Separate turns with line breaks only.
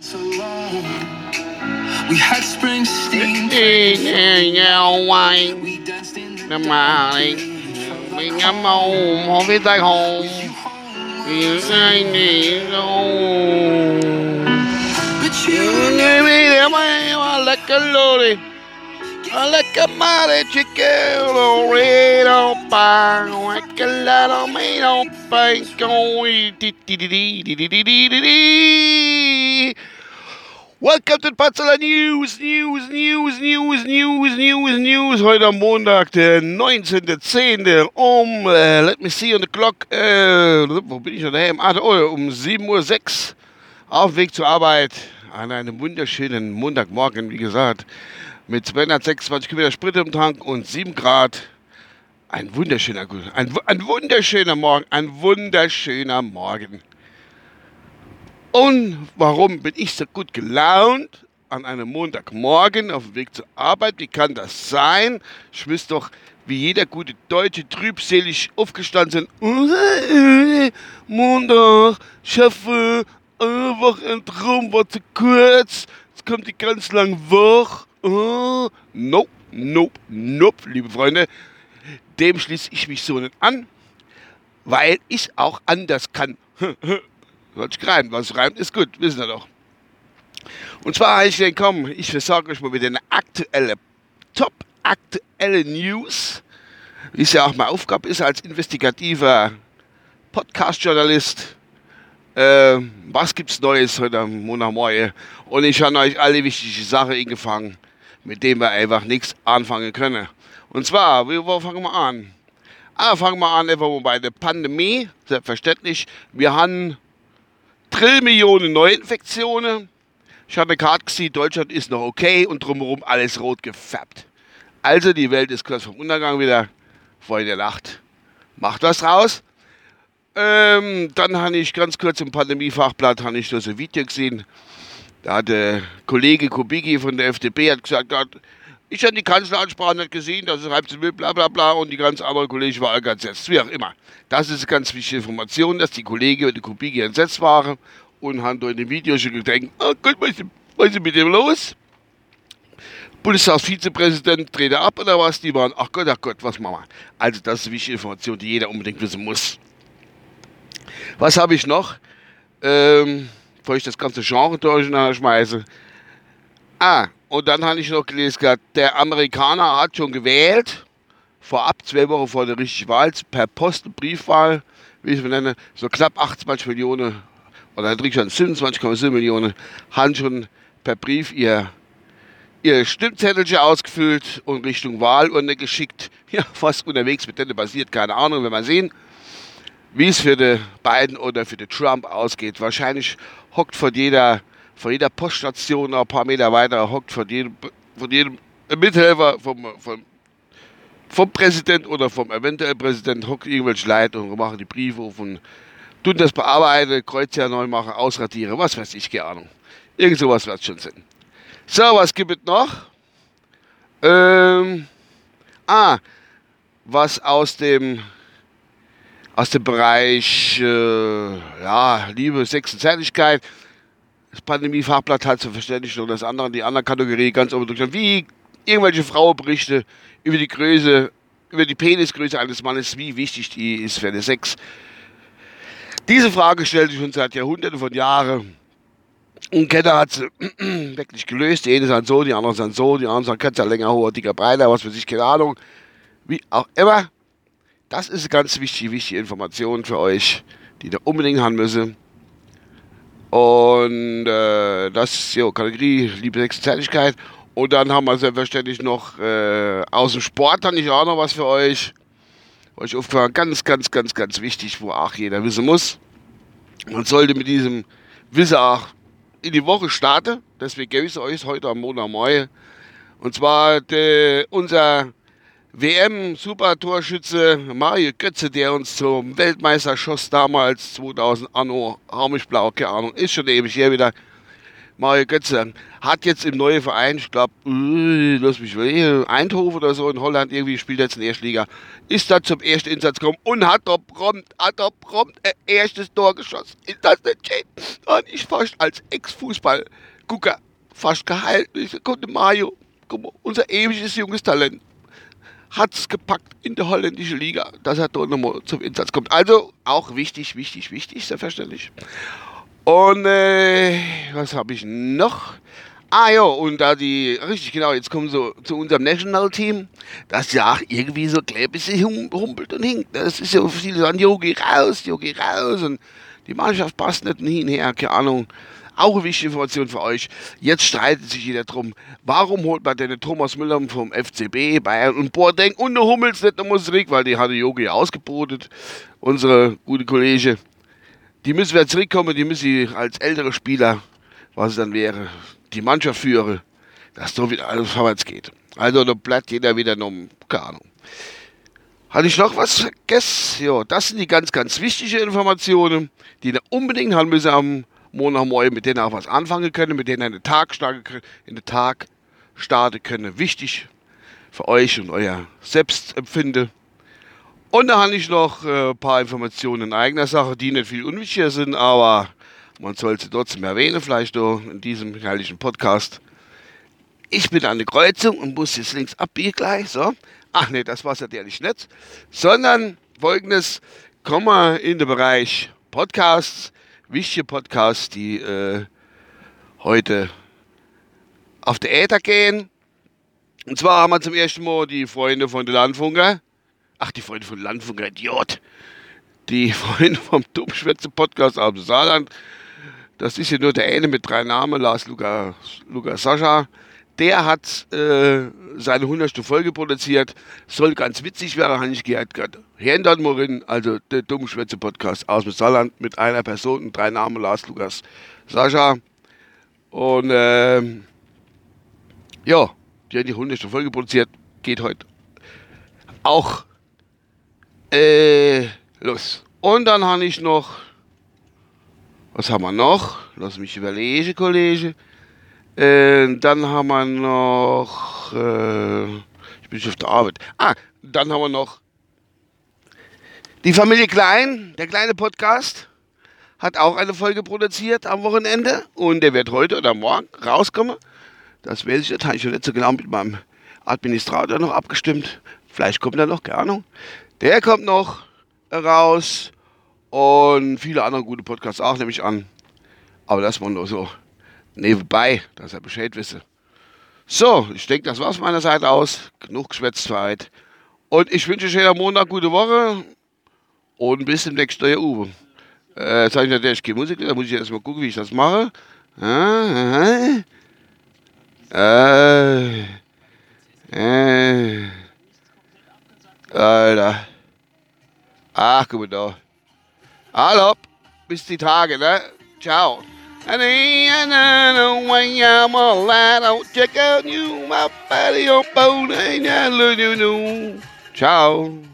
So long. We had Springsteen. We danced in the
morning. We come home, home is like home.
But you
Give me the way, I like a lolly. I like a mighty chicken, Laredo pie, like a little meat on bacon. Welcome to Patzela News. Heute am Montag, der 19.10. Let me see on the clock, wo bin ich daheim? Um 7:06 Uhr auf dem Weg zur Arbeit an einem wunderschönen Montagmorgen, wie gesagt, mit 226 Kilometer Sprit im Tank und 7 Grad. Ein wunderschöner Morgen. Und warum bin ich so gut gelaunt an einem Montagmorgen auf dem Weg zur Arbeit? Wie kann das sein? Ich müsste doch wie jeder gute Deutsche trübselig aufgestanden sein. Montag, schaffe, Wochenendrum war zu kurz. Jetzt kommt die ganz lange Woche. Nope, liebe Freunde. Dem schließe ich mich so nicht an, weil ich auch anders kann. Soll ich reimen? Was reimt, ist gut, wissen wir doch. Und zwar habe ich gedacht, komm, ich versorge euch mal mit einer top-aktuelle News, wie es ja auch meine Aufgabe ist als investigativer Podcast-Journalist. Was gibt's Neues heute am Montagmorgen? Und ich habe euch alle wichtige Sachen eingefangen, mit denen wir einfach nichts anfangen können. Und zwar, wo fangen wir an? Fangen wir an einfach mal bei der Pandemie, selbstverständlich. Wir haben Trillionen Neuinfektionen. Ich hatte gerade gesehen, Deutschland ist noch okay und drumherum alles rot gefärbt. Also die Welt ist kurz vom Untergang wieder, vor der Nacht. Macht was raus. Dann habe ich ganz kurz im Pandemiefachblatt so ein Video gesehen. Da hat der Kollege Kubicki von der FDP hat gesagt, ich habe die Kanzleransprache nicht gesehen, dass es halb will, bla bla bla, und die ganz anderen Kollegen waren ganz entsetzt, wie auch immer. Das ist eine ganz wichtige Information, dass die Kollegen und die Kubicki entsetzt waren und haben durch in dem Video schon gedacht, oh Gott, was ist mit dem los? Bundestagsvizepräsident dreht ab oder was? Die waren, ach Gott, was machen wir? Also das ist eine wichtige Information, die jeder unbedingt wissen muss. Was habe ich noch? Bevor ich das ganze Genre durcheinander schmeiße. Und dann habe ich noch gelesen gehabt, der Amerikaner hat schon gewählt, vorab 2 Wochen vor der richtigen Wahl, per Post- und Briefwahl, wie ich es nenne, so knapp 28 Millionen, oder schon 27,7 Millionen, haben schon per Brief ihr Stimmzettelchen ausgefüllt und Richtung Wahlurne geschickt. Ja, was unterwegs mit denen passiert, keine Ahnung, werden wir sehen, wie es für den Biden oder für den Trump ausgeht. Wahrscheinlich hockt vor jeder Poststation noch ein paar Meter weiter, hockt von jedem Mithelfer vom Präsident oder vom eventuellen Präsident, hockt irgendwelche Leute und machen die Briefe auf und tun das bearbeiten, Kreuzchen neu machen, ausradieren, was weiß ich, keine Ahnung. Irgend sowas wird es schon sein. So, was gibt es noch? Was aus dem Bereich Liebe, Sex und Zärtlichkeit. Das Pandemiefachblatt hat zur Verständlichung die andere Kategorie ganz oben durch. Wie irgendwelche Frauenberichte über die Penisgröße eines Mannes, wie wichtig die ist für den Sex. Diese Frage stellt sich schon seit Jahrhunderten von Jahren. Und keiner hat sie wirklich gelöst. Die einen sagen so, die anderen sagen so, die anderen sagen kürzer, länger, hoher, dicker, breiter, was für sich, keine Ahnung. Wie auch immer. Das ist eine ganz wichtige Information für euch, die ihr unbedingt haben müssen. Und das ist ja Kategorie Liebe, Sex und Zärtlichkeit. Und dann haben wir selbstverständlich noch aus dem Sport dann auch noch was für euch. Euch aufgefallen, ganz wichtig, wo auch jeder wissen muss. Man sollte mit diesem Wissen auch in die Woche starten. Deswegen gebe ich es euch heute am Montagmorgen. Und zwar unser WM-Supertorschütze Mario Götze, der uns zum Weltmeister schoss damals 2000 Anno Harmisch-Blau, keine Ahnung, ist schon ewig her wieder. Mario Götze hat jetzt im neuen Verein, ich glaube, lass mich überlegen, Eindhoven oder so in Holland irgendwie, spielt jetzt in der Erstliga, ist da zum ersten Einsatz gekommen und hat da prompt ein erstes Tor geschossen. Ist das nicht schön? Und ich fast als Ex-Fußball-Gucker fast geheilt. Ich konnte Mario, guck mal, unser ewiges junges Talent, hat es gepackt in der holländischen Liga, dass er dort nochmal zum Einsatz kommt. Also auch wichtig, selbstverständlich. Und was habe ich noch? Ah ja, und da richtig genau, jetzt kommen sie zu unserem National-Team, das ja auch irgendwie so ein bisschen humpelt und hinkt. Das ist ja viele sagen, Yogi raus, und die Mannschaft passt nicht hin, her, keine Ahnung. Auch eine wichtige Information für euch. Jetzt streitet sich jeder drum, warum holt man denn den Thomas Müller vom FCB, Bayern und Boateng und der Hummels nicht nochmal zurück, weil die hatte Yogi ausgebotet, unsere gute Kollege. Die müssen wieder zurückkommen, die müssen als ältere Spieler, was es dann wäre, die Mannschaft führen, dass so wieder alles vorwärts geht. Also da bleibt jeder wieder noch, keine Ahnung. Hatte ich noch was vergessen? Ja, das sind die ganz, ganz wichtigen Informationen, die ihr unbedingt haben müssen am Montagmorgen, mit denen ihr auch was anfangen können, mit denen ihr in den Tag starten können. Wichtig für euch und euer Selbstempfinden. Und da habe ich noch ein paar Informationen in eigener Sache, die nicht viel unwichtiger sind, aber man sollte trotzdem erwähnen, vielleicht in diesem herrlichen Podcast. Ich bin an der Kreuzung und muss jetzt links abbiegen gleich, so. Ach nee, das war es natürlich nicht. Sondern folgendes, kommen wir in den Bereich Podcasts, wichtige Podcasts, die heute auf der Äther gehen. Und zwar haben wir zum ersten Mal die Freunde von der Landfunker. Ach, die Freunde von Landfunker, Idiot. Die Freunde vom Dummschwätze-Podcast aus dem Saarland. Das ist ja nur der eine mit 3 Namen, Lars Lukas Sascha. Der hat seine 100. Folge produziert. Soll ganz witzig werden, habe ich gehört. Hören dann mal rein, also der Dummschwätze-Podcast aus dem Saarland mit einer Person und 3 Namen, Lars Lukas Sascha. Und ja, die haben die 100. Folge produziert. Geht heute auch los. Und dann habe ich noch, was haben wir noch? Lass mich überlegen, Kollege. Dann haben wir noch, ich bin schon auf der Arbeit. Dann haben wir noch die Familie Klein, der kleine Podcast, hat auch eine Folge produziert am Wochenende und der wird heute oder morgen rauskommen. Das weiß ich nicht, habe ich schon nicht so genau mit meinem Administrator noch abgestimmt. Vielleicht kommt er noch, keine Ahnung. Der kommt noch raus und viele andere gute Podcasts auch, nehme ich an. Aber das war nur so nebenbei, dass er Bescheid wisse. So, ich denke, das war's von meiner Seite aus. Genug geschwätzt für heute. Und ich wünsche euch jeden Montag gute Woche und bis zum nächsten Jahr, Uwe. Jetzt habe ich natürlich keine Musik, da muss ich erstmal gucken, wie ich das mache. Alter. Ach, guck mal da. Hallo, bis die Tage, ne? Ciao. And I know when I'm all out, I'll check out you, my body on bone, and I love you. Ciao.